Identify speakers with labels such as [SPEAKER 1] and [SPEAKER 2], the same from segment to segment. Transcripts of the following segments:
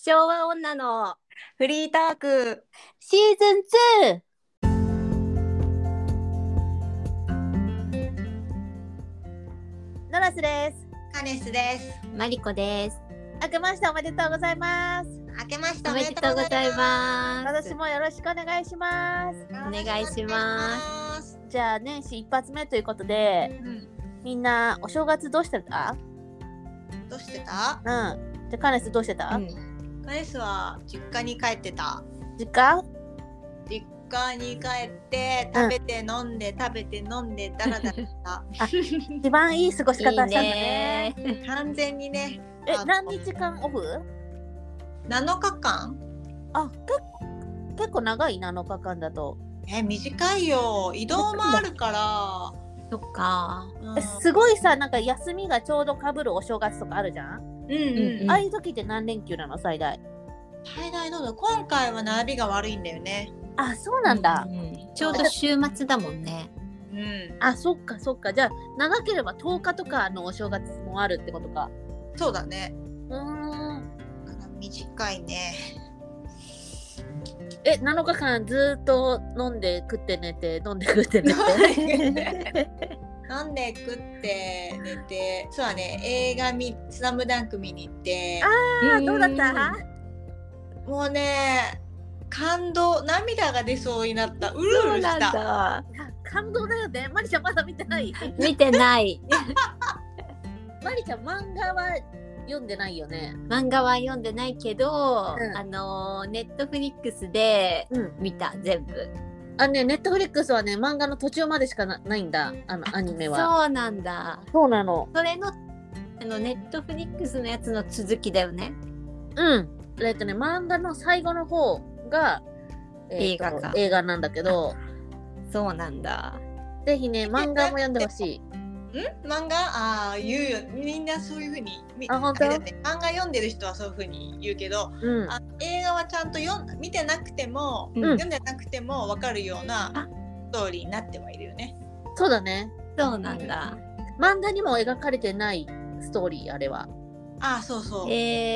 [SPEAKER 1] 昭和女の
[SPEAKER 2] フリートーク
[SPEAKER 1] シーズン2。ノラスです。
[SPEAKER 2] カネスです。
[SPEAKER 1] マリコです。
[SPEAKER 3] 明けましておめでとうございます。
[SPEAKER 2] 明けまして
[SPEAKER 1] おめでとうございます。
[SPEAKER 3] 私もよろしくお願いします。
[SPEAKER 1] お願いします。
[SPEAKER 3] じゃあ年始一発目ということで、みんなお正月どうしてた？
[SPEAKER 2] どうしてた？
[SPEAKER 3] じゃあカネスどうしてた？
[SPEAKER 2] カネスは実家に帰ってた。
[SPEAKER 3] 実家
[SPEAKER 2] に帰って食べて飲んで、食べて飲んでダラダラした。
[SPEAKER 3] 一番いい過ごし方したんだね。
[SPEAKER 2] 完全にね。
[SPEAKER 3] 何日間オフ
[SPEAKER 2] ？7日間。
[SPEAKER 3] 結構長い7日間だと。
[SPEAKER 2] 短いよ。移動もあるから。
[SPEAKER 1] そっか、
[SPEAKER 3] すごいさ、なんか休みがちょうど被るお正月とかあるじゃん。ああいう時って何連休なの？最大
[SPEAKER 2] どうだ。今回は並びが悪いんだよね。
[SPEAKER 3] そうなんだ、
[SPEAKER 1] ちょうど週末だもんね。
[SPEAKER 3] そっかそっか。じゃあ長ければ10日とかのお正月もあるってことか。
[SPEAKER 2] そうだね。短いね。
[SPEAKER 3] 7日間ずっと飲んで食って寝て飲んで食って寝て
[SPEAKER 2] 飲んで食って寝て、そうだね。映画スラムダンク見に行って。
[SPEAKER 3] どうだった？
[SPEAKER 2] もうね、感動、涙が出そうになった。うるうるした。
[SPEAKER 3] 感動だよね。マリちゃんまだ見てない？
[SPEAKER 1] 見てない
[SPEAKER 3] マリちゃん漫画は読んでないよね。
[SPEAKER 1] 漫画は読んでないけど、ネットフリックスで見た、全部。
[SPEAKER 3] ネットフリックスはね、漫画の途中までしかないんだ。アニメは。
[SPEAKER 1] そうなんだ。
[SPEAKER 3] そうなの。
[SPEAKER 1] それのネットフリックスのやつの続きだよね。
[SPEAKER 3] 漫画の最後の方が、
[SPEAKER 1] 映
[SPEAKER 3] 画なんだけど。
[SPEAKER 1] そうなんだ。
[SPEAKER 3] ぜひね、漫画も読んでほしい。
[SPEAKER 2] 漫画言うよ。みんなそういう風に。
[SPEAKER 3] 本当？
[SPEAKER 2] 漫画読んでる人はそういう風に言うけど、映画はちゃんと見てなくても、読んでなくても分かるようなストーリーになってはいるよね。
[SPEAKER 3] そうだね。
[SPEAKER 1] そうなんだ。
[SPEAKER 3] 漫画にも描かれてないストーリー、あれは。
[SPEAKER 2] そうそう。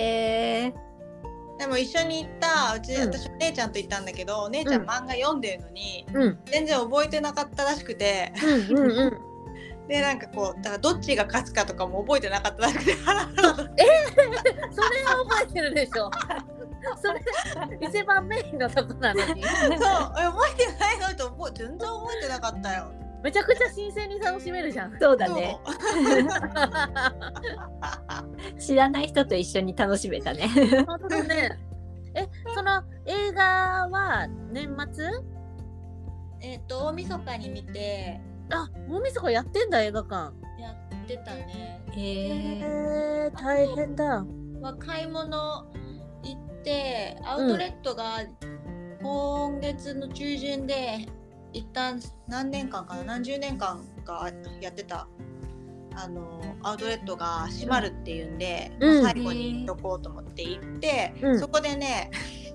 [SPEAKER 2] でも一緒に行った私お姉ちゃんと行ったんだけど、お姉ちゃん漫画読んでるのに、全然覚えてなかったらしくて、でなんかこうだからどっちが勝つかとかも覚えてなかったらしくて、それは
[SPEAKER 3] 覚えてるでしょ。それ一番メインのとこなのに。
[SPEAKER 2] そう、覚えてないのと全然覚えてなかったよ。
[SPEAKER 3] めちゃくちゃ新鮮に楽しめるじゃん。
[SPEAKER 1] そうだね。知らない人と一緒に楽しめたね。
[SPEAKER 3] 本当だね。その映画は年末？
[SPEAKER 2] 大晦日に見て。
[SPEAKER 3] 大晦日やってんだ、映画館。
[SPEAKER 2] やってたね。
[SPEAKER 3] 大変だ。
[SPEAKER 2] 買い物行ってアウトレットが今月の中旬で一旦何十年間かやってたアウトレットが閉まるっていうんで、最後に行っとこうと思って行って、そこでね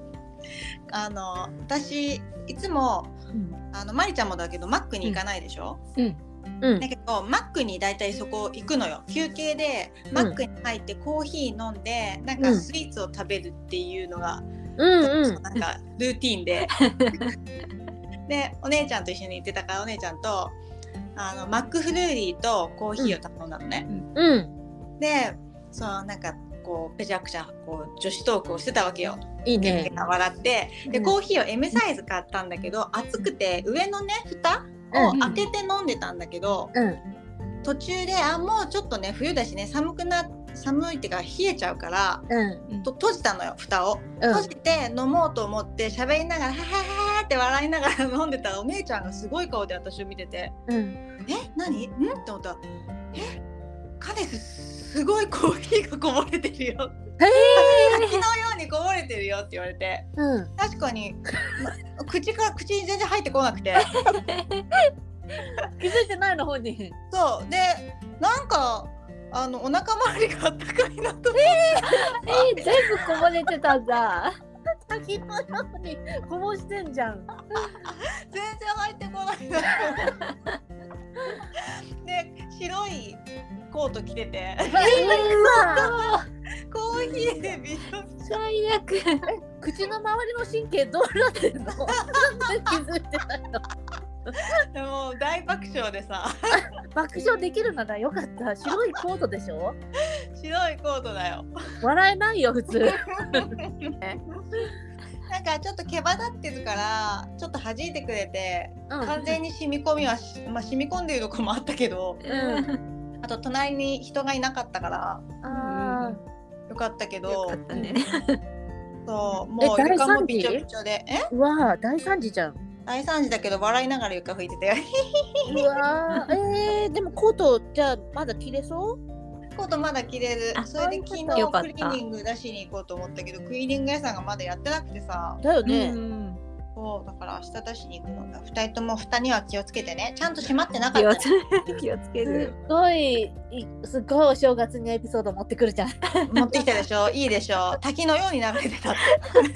[SPEAKER 2] 私いつもマリちゃんもだけどマックに行かないでしょ、だけどマックにだいたいそこ行くのよ。休憩でマックに入ってコーヒー飲んでなんかスイーツを食べるっていうのが、なんかルーティーンででお姉ちゃんと一緒に行ってたから、お姉ちゃんとマックフルーリーとコーヒーを頼んだのね。でなんかこうぺちゃくちゃこう女子トークをしてたわけよ。
[SPEAKER 3] いいね。
[SPEAKER 2] 笑ってでコーヒーを M サイズ買ったんだけど、熱くて上のね蓋を開けて飲んでたんだけど、途中でもうちょっとね冬だしね寒いっていうか冷えちゃうから、閉じたのよ、蓋を。閉じて飲もうと思って喋りながらはははって笑いながら飲んでたら、お姉ちゃんがすごい顔で私を見てて、何？って思ったら、カネスすごいコーヒーがこぼれてるよ。滝のようにこぼれてるよって言われて、確かに、口に全然入ってこなくて
[SPEAKER 3] 気づいてないの本人。
[SPEAKER 2] そうでなんかお腹周りがあったかいなと思って、
[SPEAKER 1] 全部こぼれてたんだ。
[SPEAKER 3] 滝のようにこぼしてんじゃん。
[SPEAKER 2] 全然入ってこないなで白いコート着てて、 コーヒーでびしょびしょ。
[SPEAKER 1] 最悪。
[SPEAKER 3] 口の周りの神経どうなってんの？なんで気づいてないの？
[SPEAKER 2] でも大爆笑でさ。
[SPEAKER 3] 爆笑できるならよかった。白いコートでしょ？
[SPEAKER 2] 白いコートだよ。
[SPEAKER 3] 笑えないよ普通。
[SPEAKER 2] なんかちょっと毛羽立ってるからちょっと弾いてくれて、完全に染み込みはまあ、染み込んでいるとこもあったけど、あと隣に人がいなかったからよかったけど、
[SPEAKER 1] よかったね。
[SPEAKER 2] そうもう床もびちょびちょで。
[SPEAKER 3] うわ大惨事じゃん。
[SPEAKER 2] 大惨事だけど笑いながら床拭いてたよ。
[SPEAKER 3] うわでもコートじゃあまだ着れそう？
[SPEAKER 2] コートまだ着れる。それで昨日クリーニング出しに行こうと思ったけど、クリーニング屋さんがまだやってなくてさ。
[SPEAKER 3] だよね。
[SPEAKER 2] そうだから明日出しに行くのだ。2人とも蓋には気をつけてね。ちゃんと閉まってなかった、ね。
[SPEAKER 1] 気をつける。
[SPEAKER 3] すごいお正月にエピソード持ってくるじゃん。
[SPEAKER 2] 持ってきたでしょ。いいでしょ。滝のように流れてたって。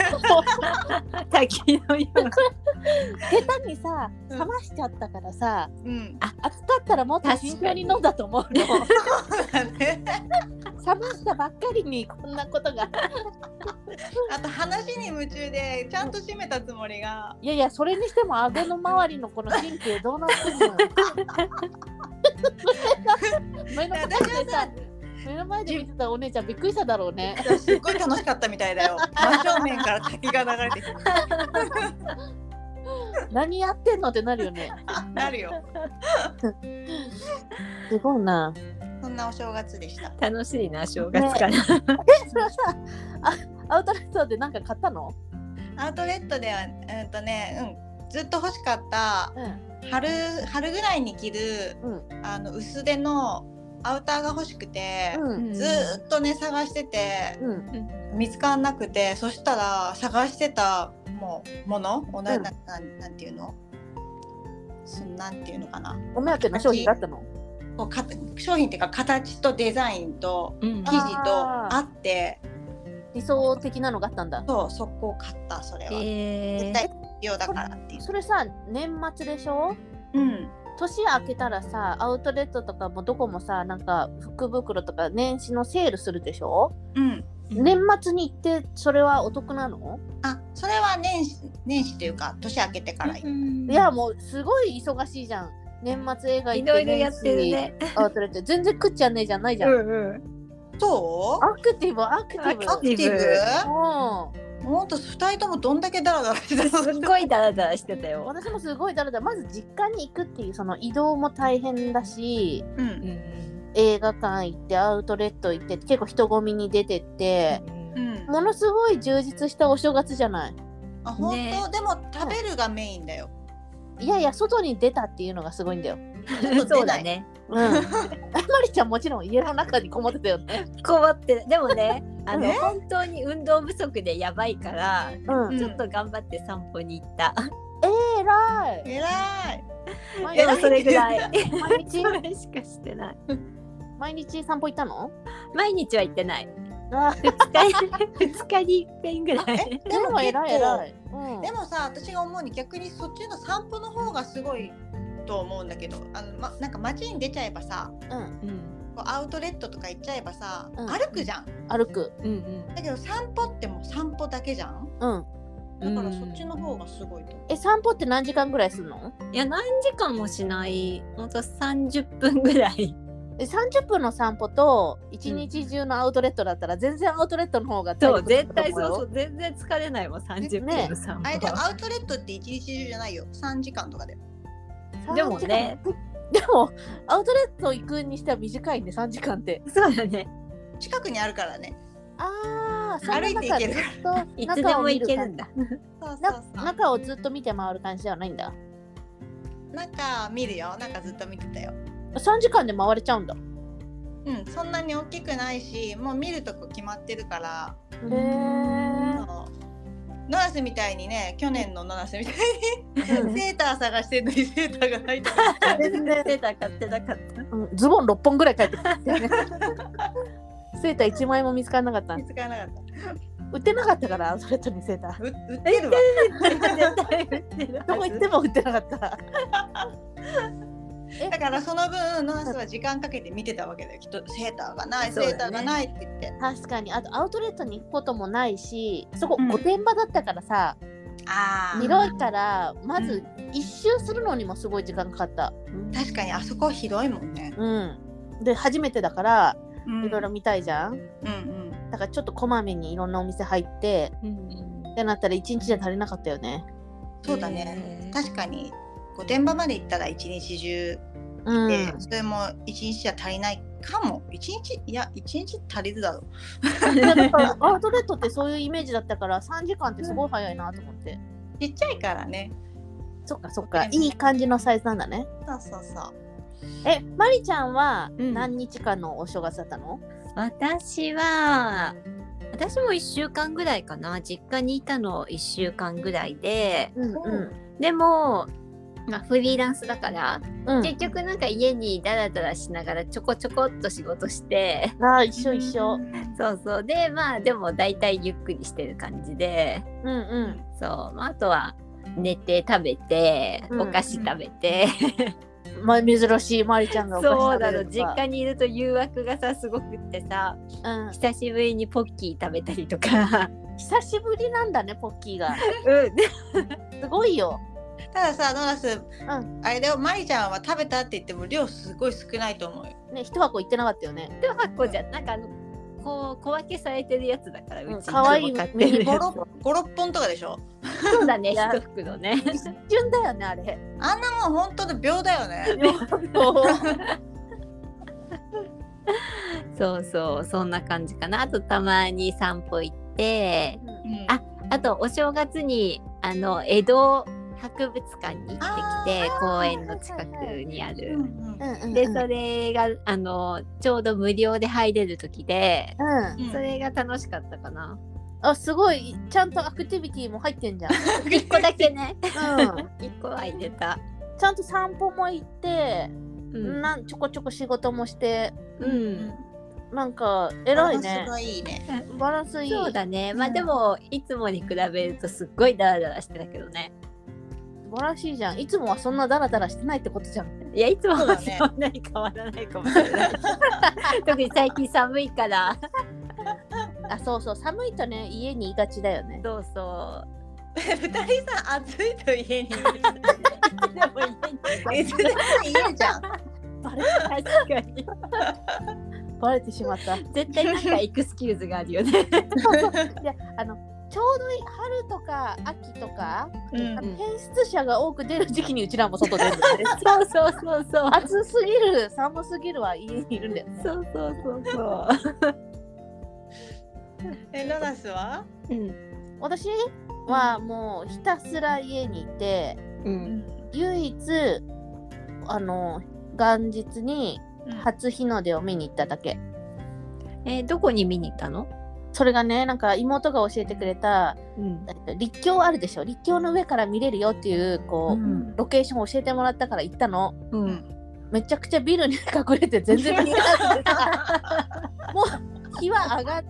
[SPEAKER 1] 滝のように。
[SPEAKER 3] 下手にさ冷ましちゃったからさ、暑かったらもっと慎重に飲んだと思うの。
[SPEAKER 2] そうだね。
[SPEAKER 3] 冷ましたばっかりにこんなことが。
[SPEAKER 2] あと話に夢中でちゃんと閉めたつもりが。
[SPEAKER 3] いやいやそれにしても顎の周りのこの神経どうなってんの？目の前で見てたお姉ちゃんびっくりしただろうね。
[SPEAKER 2] すっごい楽しかったみたいだよ。真正面から滝が流れてきた。
[SPEAKER 3] 何やってんのってなるよね。
[SPEAKER 2] なるよ。
[SPEAKER 3] すごいな。
[SPEAKER 2] そんなお正月でした。
[SPEAKER 1] 楽しいな正月から。
[SPEAKER 3] それさアウトレットで何か買ったの？
[SPEAKER 2] アウトレットではずっと欲しかった、春ぐらいに着る、薄手のアウターが欲しくて、ずっとね探してて、見つからなくて、そしたら探してたものなんていうの？なんていうのかな。
[SPEAKER 3] お目当ての商品だったの？
[SPEAKER 2] 商品っていうか形とデザインと生地とあって、
[SPEAKER 3] 理想的なのがあったんだ。
[SPEAKER 2] そう速攻買った。それは絶対必要だからっていう。
[SPEAKER 3] それさ年末でしょ？年明けたらさアウトレットとかもどこもさなんか福袋とか年始のセールするでしょ？年末に行ってそれはお得なの？
[SPEAKER 2] それは年始というか年明けてから行く。
[SPEAKER 3] いやもうすごい忙しいじゃん。年末映画行って
[SPEAKER 1] いろいろやってるね。
[SPEAKER 3] アウトレット全然食っちゃねえじゃないじゃん。
[SPEAKER 2] そう？
[SPEAKER 3] アクティブ。
[SPEAKER 2] ほんと2人ともどんだけダラダラしてた。
[SPEAKER 1] すごいダラダラしてたよ。
[SPEAKER 3] 私もすごいダラダラ。まず実家に行くっていうその移動も大変だし、映画館行ってアウトレット行って結構人混みに出てって、ものすごい充実したお正月じゃない。
[SPEAKER 2] 本当？でも食べるがメインだよ。
[SPEAKER 3] いやいや外に出たっていうのがすごいんだよ。
[SPEAKER 1] そうだね。
[SPEAKER 3] まりちゃんもちろん家の中にこもってたよね。
[SPEAKER 1] こもってでもね本当に運動不足でやばいから、ちょっと頑張って散歩に行った。
[SPEAKER 2] えら
[SPEAKER 1] い。でもそれぐらい。
[SPEAKER 3] 毎日
[SPEAKER 1] それしかしてない。
[SPEAKER 3] 毎日散歩行ったの？
[SPEAKER 1] 毎日は行ってない。2日に1遍ぐらい。
[SPEAKER 3] でも偉い。
[SPEAKER 2] でもさ私が思うに逆にそっちの散歩の方がすごいと思うんだけど、なんか街に出ちゃえばさ、アウトレットとか行っちゃえばさ、歩くじゃん。
[SPEAKER 3] 歩く。
[SPEAKER 2] だけど散歩ってもう散歩だけじゃん。だからそっちの方がすごいと。
[SPEAKER 3] 散歩って何時間ぐらいするの？
[SPEAKER 1] いや何時間もしない。ほんと30分ぐらい。
[SPEAKER 3] 30分の散歩と一日中のアウトレットだったら全然アウトレットの方が
[SPEAKER 1] そう絶対そう全然疲れないもん30分の散歩。
[SPEAKER 2] じゃあアウトレットって一日中じゃないよ。3時間とかで。
[SPEAKER 1] でもね。
[SPEAKER 3] でもアウトレット行くにしては短いね3時間って。
[SPEAKER 1] そうだね。
[SPEAKER 2] 近くにあるからね。
[SPEAKER 3] 歩
[SPEAKER 2] いていけるから。
[SPEAKER 1] いつでも行けるんだ。
[SPEAKER 3] 中をずっと見て回る感じではないんだ。
[SPEAKER 2] 中見るよ。中ずっと見てたよ。
[SPEAKER 3] 3時間で回れちゃうんだ。
[SPEAKER 2] そんなに大きくないし、もう見るとこ決まってるから。ノラスみたいにね、去年のノラスみたいにセーター探してるのにセーターがないとか
[SPEAKER 1] 全然セーター買ってなかった。
[SPEAKER 3] ズボン6本ぐらい買ってきて、ね、セーター1枚も見つからなかった。
[SPEAKER 2] 見つからなかった。
[SPEAKER 3] 売ってなかったからアウトレットにセーター。
[SPEAKER 2] 売ってるわ。
[SPEAKER 3] どこ行っても売ってなかった。
[SPEAKER 2] だからその分ノラスは時間かけて見てたわけだよ。きっとセーターがない、セーターがないって言って。
[SPEAKER 3] 確かに。あとアウトレットに行くこともないし、そこ御殿場だったからさ、広いからまず一周するのにもすごい時間かかった。
[SPEAKER 2] 確かにあそこ広いもんね。
[SPEAKER 3] で初めてだからいろいろ見たいじゃん。だからちょっとこまめにいろんなお店入って、ってなったら1日じゃ足りなかったよね。
[SPEAKER 2] そうだね。確かに御殿場まで行ったら一日中いて、それも一日じゃ足りないかも。一日足りるだろう。
[SPEAKER 3] アウトレットってそういうイメージだったから3時間ってすごい早いなと思って。
[SPEAKER 2] ちっちゃいからね。
[SPEAKER 3] そっかそっか、いい感じのサイズなんだね。
[SPEAKER 2] そう。
[SPEAKER 3] まりちゃんは何日間のお正月だったの？
[SPEAKER 1] 私も1週間ぐらいかな。実家にいたの1週間ぐらいで、でもフリーランスだから、結局なんか家にダラダラしながらちょこちょこっと仕事して、
[SPEAKER 3] 一緒。
[SPEAKER 1] そうででも大体ゆっくりしてる感じで、そう、あとは寝て食べて、お菓子食べて、
[SPEAKER 3] 珍しいまりちゃんがお菓子食べるとか。そうだろ、
[SPEAKER 1] 実家にいると誘惑がさすごくってさ、久しぶりにポッキー食べたりとか。
[SPEAKER 3] 久しぶりなんだね、ポッキーが。すごいよ。
[SPEAKER 2] たださ、ノラス、あれだよ、まりちゃんは食べたって言っても量すごい少ないと思うよ。
[SPEAKER 3] ね、1箱いってなかったよね。
[SPEAKER 1] 1箱じゃなんかこう小分けされてるやつだから、うち
[SPEAKER 3] かわいい
[SPEAKER 2] 5、6本とかでしょ。
[SPEAKER 1] そうだね、1袋ね。
[SPEAKER 3] 一瞬だよね、あれ。
[SPEAKER 2] あんなもん本当で秒だよね。
[SPEAKER 1] そう、そんな感じかな。あとたまに散歩行って、あとお正月に江戸博物館に行ってきて、公園の近くにある。でそれがちょうど無料で入れる時で、それが楽しかったかな。
[SPEAKER 3] すごい、ちゃんとアクティビティも入ってんじゃん。
[SPEAKER 1] 1個だけね。1個は入れた。
[SPEAKER 3] ちゃんと散歩も行って、ちょこちょこ仕事もして、なんか偉いね。バランスいい。
[SPEAKER 1] そうだね。でもいつもに比べるとすっごいダラダラしてたけどね。
[SPEAKER 3] 素晴らしいじゃん。いつもはそんなダラダラしてないってことじゃん。
[SPEAKER 1] いや、いつもはそんなに変わらないかもしれない。特に最近寒いから。
[SPEAKER 3] そう、寒いとね、家にいがちだよね。
[SPEAKER 1] そう。
[SPEAKER 2] 2人さ、暑いと家にいる。
[SPEAKER 3] いつでも家じゃん。
[SPEAKER 1] 確かに。
[SPEAKER 3] バレてしまった。
[SPEAKER 1] 絶対なんかエクスキューズがあるよね。
[SPEAKER 3] いや、ちょうどいい春とか秋とか、変質者が多く出る時期にうちらも外出るんだよね。
[SPEAKER 1] そう。
[SPEAKER 3] 暑すぎる、寒すぎるは家にいるんだよね。
[SPEAKER 1] そう。
[SPEAKER 2] ノラスは？
[SPEAKER 3] 私はもうひたすら家にいて、唯一元日に初日の出を見に行っただけ。
[SPEAKER 1] どこに見に行ったの？
[SPEAKER 3] それがね、なんか妹が教えてくれた、立教あるでしょ。立教の上から見れるよっていうロケーションを教えてもらったから行ったの。めちゃくちゃビルに隠れて全然見えなくてもう日は上がって、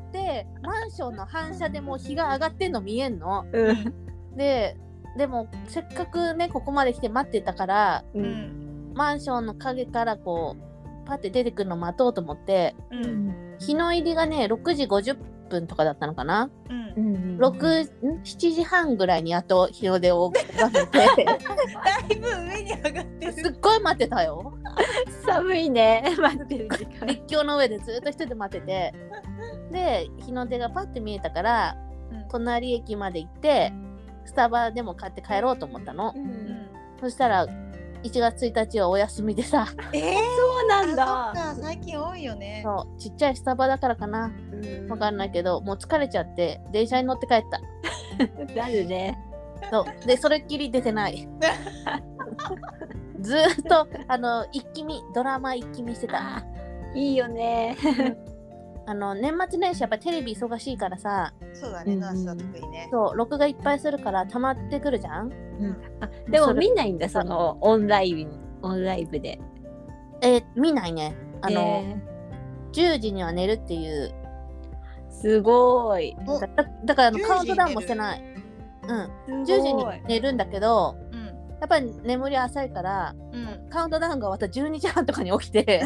[SPEAKER 3] マンションの反射でもう日が上がってんの見えんの。でもせっかくねここまで来て待ってたから、マンションの陰からパッて出てくるの待とうと思って、日の入りがね6時50分とかだったのかな。7時半ぐらいにやっと日の出を眺めて
[SPEAKER 2] だいぶ上に上がってる。
[SPEAKER 3] すっごい待ってたよ。
[SPEAKER 1] 寒いね。待ってる時間。
[SPEAKER 3] 立教の上でずっと一人で待ってて、で日の出がパッて見えたから、隣駅まで行ってスタバでも買って帰ろうと思ったの。そしたら1月1日はお休みでさ。
[SPEAKER 1] そうなんだ。
[SPEAKER 2] そっか、最近多いよね。
[SPEAKER 3] そうちっちゃいスタバだからかな、わかんないけどもう疲れちゃって電車に乗って帰った。
[SPEAKER 1] なるね。
[SPEAKER 3] そうでそれっきり出てないずっと一気見ドラマ一気見してた。
[SPEAKER 1] いいよね。
[SPEAKER 3] 年末年始やっぱテレビ忙しいからさ。
[SPEAKER 2] そうだね、ナースは特にね。
[SPEAKER 3] そう録画いっぱいするから溜まってくるじゃん。
[SPEAKER 1] でも見ないんだ、そのオンライブで。
[SPEAKER 3] 見ないね。10時には寝るっていう。
[SPEAKER 1] すごい。
[SPEAKER 3] だからカウントダウンもしてない。10時に寝るんだけど、 やっぱり眠り浅いから、カウントダウンがまた12時半とかに起きて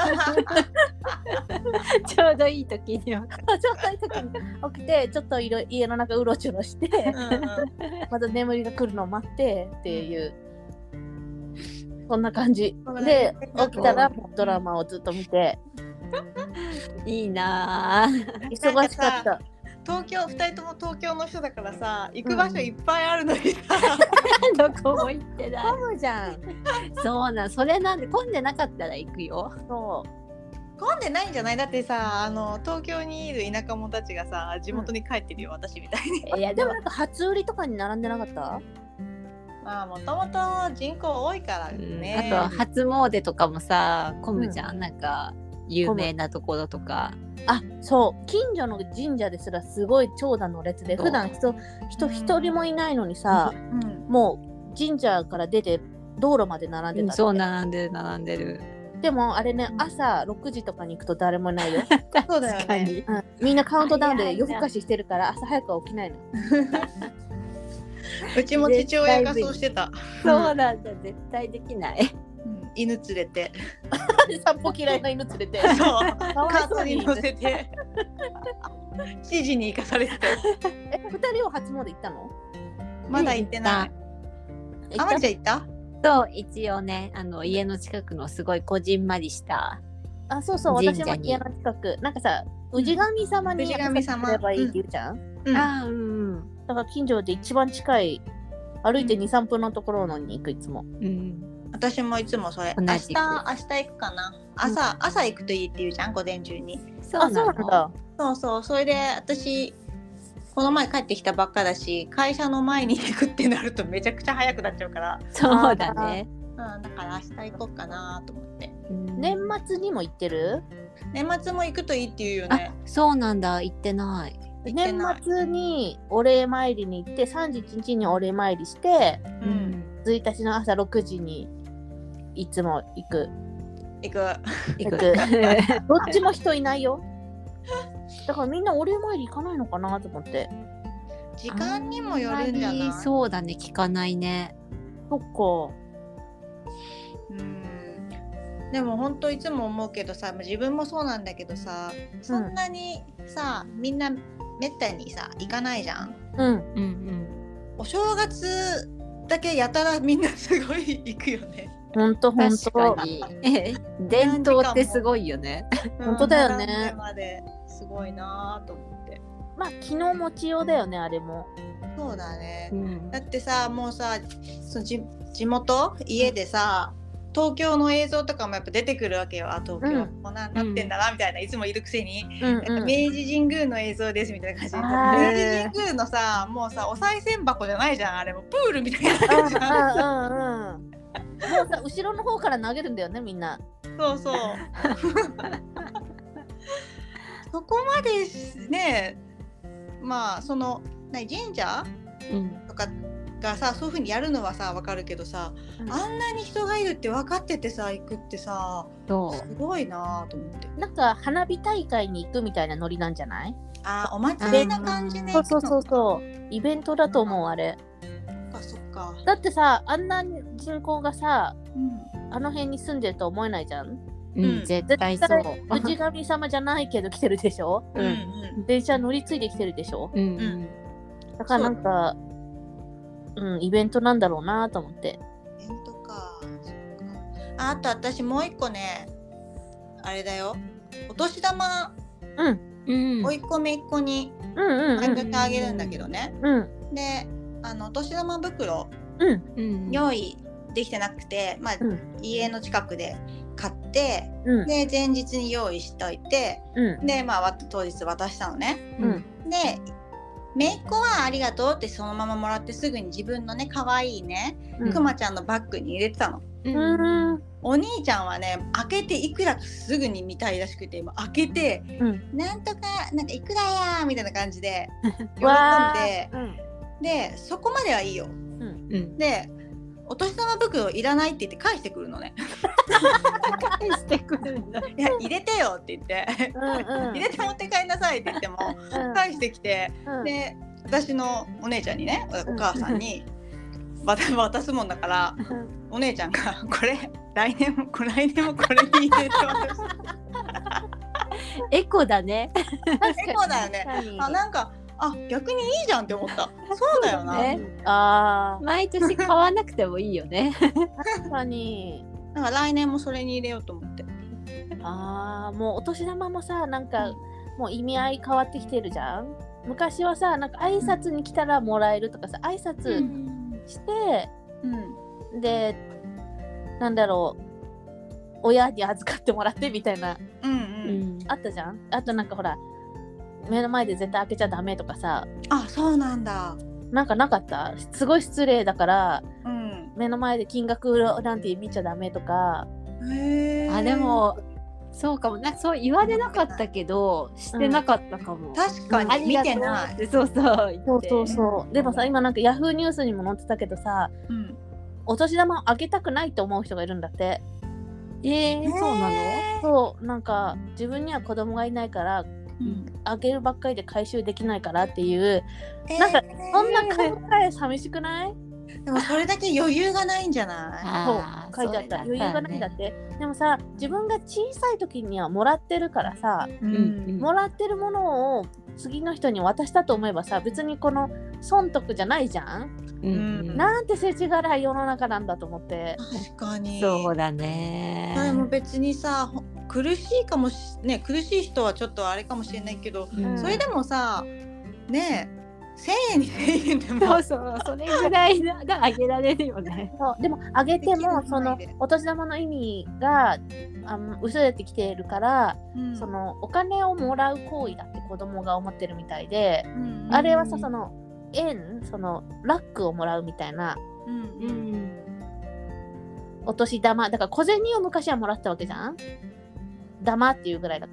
[SPEAKER 1] ちょうどいい時に起
[SPEAKER 3] きて、ちょっと家の中うろちょろしてまた眠りが来るのを待ってっていう、そんな感じで、起きたらドラマをずっと見て
[SPEAKER 1] いいな
[SPEAKER 3] 忙しかった。
[SPEAKER 2] 2人とも東京の人だからさ、行く場所いっぱいあるのにさ、
[SPEAKER 1] どこも行ってない。
[SPEAKER 3] 混むじゃん。
[SPEAKER 1] そうなん、それなんで混んでなかったら行くよ。
[SPEAKER 2] そう混んでないんじゃない？だってさ、東京にいる田舎者たちがさ、地元に帰ってるよ、私みたいに。
[SPEAKER 3] いやでもなんか初売りとかに並んでなかった？
[SPEAKER 2] まあもともと人口多いからね、
[SPEAKER 1] あと初詣とかもさ混むじゃん、なんか有名なところとか。
[SPEAKER 3] あ、そう近所の神社ですらすごい長蛇の列で、普段人一人もいないのにさ、もう神社から出て道路まで並んでたって。
[SPEAKER 1] そう並んでる。
[SPEAKER 3] でもあれね、朝6時とかに行くと誰もいないよ。
[SPEAKER 2] そうだよね、
[SPEAKER 3] みんなカウントダウンで夜更かししてるから朝早くは起きないの。
[SPEAKER 2] うちも父親がそうしてた。
[SPEAKER 1] そうなんだ、絶対できない。
[SPEAKER 2] 犬連れて
[SPEAKER 3] 散歩嫌いな犬連れて、
[SPEAKER 2] そうカートに乗せて指示に行かされて。
[SPEAKER 3] 2人は初詣行ったの？
[SPEAKER 2] まだ行ってない。あまりちゃん行った？
[SPEAKER 1] そう、一応ね、家の近くのすごいこじんまりした
[SPEAKER 3] そうそう、私も家の近く、なんかさ、氏神様にすればいいって言うじゃん。だから近所で一番近い、歩いて 2,3 分のところに行く、いつも。
[SPEAKER 2] 私もいつもそれ。明日行くかな。朝行くといいって言うじゃん、午前中に。
[SPEAKER 3] そうなんだ。
[SPEAKER 2] そう、それで私この前帰ってきたばっかだし、会社の前に行くってなるとめちゃくちゃ早くなっちゃうから。
[SPEAKER 1] そうだね。
[SPEAKER 2] だから明日行こうかなと思って。
[SPEAKER 3] 年末にも行ってる？
[SPEAKER 2] 年末も行くといいって言うよね。
[SPEAKER 1] そうなんだ、行ってない。
[SPEAKER 3] 年末にお礼参りに行って、31日にお礼参りして、1日の朝6時にいつも行く。どっちも人いないよ。だからみんなお礼参り行かないのかなと思って。
[SPEAKER 2] 時間にもよるんじゃない？
[SPEAKER 1] そうだね、聞かないね。
[SPEAKER 3] そっか。
[SPEAKER 2] でも本当いつも思うけどさ、自分もそうなんだけどさ、そんなにさ、みんなめったにさ行かないじゃん。お正月だけやたらみんなすごい行くよね。
[SPEAKER 3] 本当
[SPEAKER 1] 確かに伝統ってすごいよね。
[SPEAKER 3] 本当だよね。
[SPEAKER 2] すごいなと思って。
[SPEAKER 3] まあ気の持ちようだよね、あれも。
[SPEAKER 2] そうだね、だってさ、もうさ、その地元家でさ、東京の映像とかもやっぱ出てくるわけよ。東京こんななってんだなみたいな、いつもいるくせに、明治神宮の映像ですみたいな感じで、明治神宮のさ、もうさ、お賽銭箱じゃないじゃん、あれもプールみたいな感じじゃん。
[SPEAKER 3] もうさ、後ろの方から投げるんだよね、みんな。
[SPEAKER 2] そうそこまでね、まあその神社、とかがさ、そういう風にやるのはさ分かるけどさ、あんなに人がいるって分かっててさ行くってさ、すごいなと思って。
[SPEAKER 3] なんか花火大会に行くみたいなノリなんじゃない？
[SPEAKER 2] お祭りな感じね。
[SPEAKER 3] そうイベントだと思う、あれ。
[SPEAKER 2] そっか。
[SPEAKER 3] だってさ、あんな人口がさ、あの辺に住んでると思えないじゃん。
[SPEAKER 1] 絶対そう。
[SPEAKER 3] 氏神様じゃないけど来てるでしょ。電車乗り継いで来てるでしょ。だからなんかイベントなんだろうなと思って。
[SPEAKER 2] イベントか。あと私もう一個ね、あれだよ、お年玉、おいっ子めいっ子にあげてあげるんだけどね。で、お年玉袋、用意できてなくて、家の近くで買って、で前日に用意しといて、で当日渡したのね。でめいっ子はありがとうってそのままもらって、すぐに自分のね可愛いねくまちゃんのバッグに入れてたの。お兄ちゃんはね、開けていくらかすぐに見たいらしくて、開けて、なんとかなんかいくらやみたいな感じで喜んで、でそこまではいいよ。でお年玉袋いらないって言って返してくるのね。
[SPEAKER 1] 返してくるんだ。
[SPEAKER 2] いや入れてよって言って、入れて持って帰んなさいって言っても、返してきて、で私のお姉ちゃんにね、お母さんに渡すもんだからお姉ちゃんがこれ来年もこれに入れて渡す
[SPEAKER 1] エコだね。
[SPEAKER 2] エコだよね。なんか逆にいいじゃんって思った。そうだよな、ね、
[SPEAKER 1] 毎年買わなくてもいいよね。
[SPEAKER 3] 確かに。
[SPEAKER 2] なんか来年もそれに入れようと思って。
[SPEAKER 3] もうお年玉もさ、なんかもう意味合い変わってきてるじゃん。昔はさ、なんか挨拶に来たらもらえるとかさ、挨拶して、でなんだろう、親に預かってもらってみたいな、あったじゃん。あとなんかほら、目の前で絶対開けちゃダメとかさ。
[SPEAKER 2] そうなんだ。
[SPEAKER 3] なんかなかった？すごい失礼だから、目の前で金額なんて見ちゃダメとか。
[SPEAKER 1] でもそうかも、なんかそう言われなかったけどしてなかったかも。
[SPEAKER 2] 確かに見てない。
[SPEAKER 3] そうでもさ、今なんかヤフーニュースにも載ってたけどさ、お年玉をあげたくないと思う人がいるんだって。
[SPEAKER 1] そうなの？
[SPEAKER 3] そう、なんか自分には子供がいないから、あげるばっかりで回収できないからっていう、なんかそんな考え寂しくない？
[SPEAKER 2] でもそれだけ余裕がないんじゃな
[SPEAKER 3] い？そう書いてあった、余裕がないんだって。でもさ、自分が小さい時にはもらってるからさ、もらってるものを次の人に渡したと思えばさ、別にこの損得じゃないじゃん。なんて世知辛い世の中なんだと思って。
[SPEAKER 2] 確かに
[SPEAKER 1] そうだね。
[SPEAKER 2] でも別にさ、苦しいかもね、苦しい人はちょっとあれかもしれないけど、それでもさね、1000円に1000円でも
[SPEAKER 1] それぐらいがあげられるよね。
[SPEAKER 3] でもあげてもそのお年玉の意味が薄れてきているから、そのお金をもらう行為だって子供が思ってるみたいで、あれはさ、そのそのラックをもらうみたいな、お年玉だから小銭を昔はもらったわけじゃん。玉っていうぐらいだから。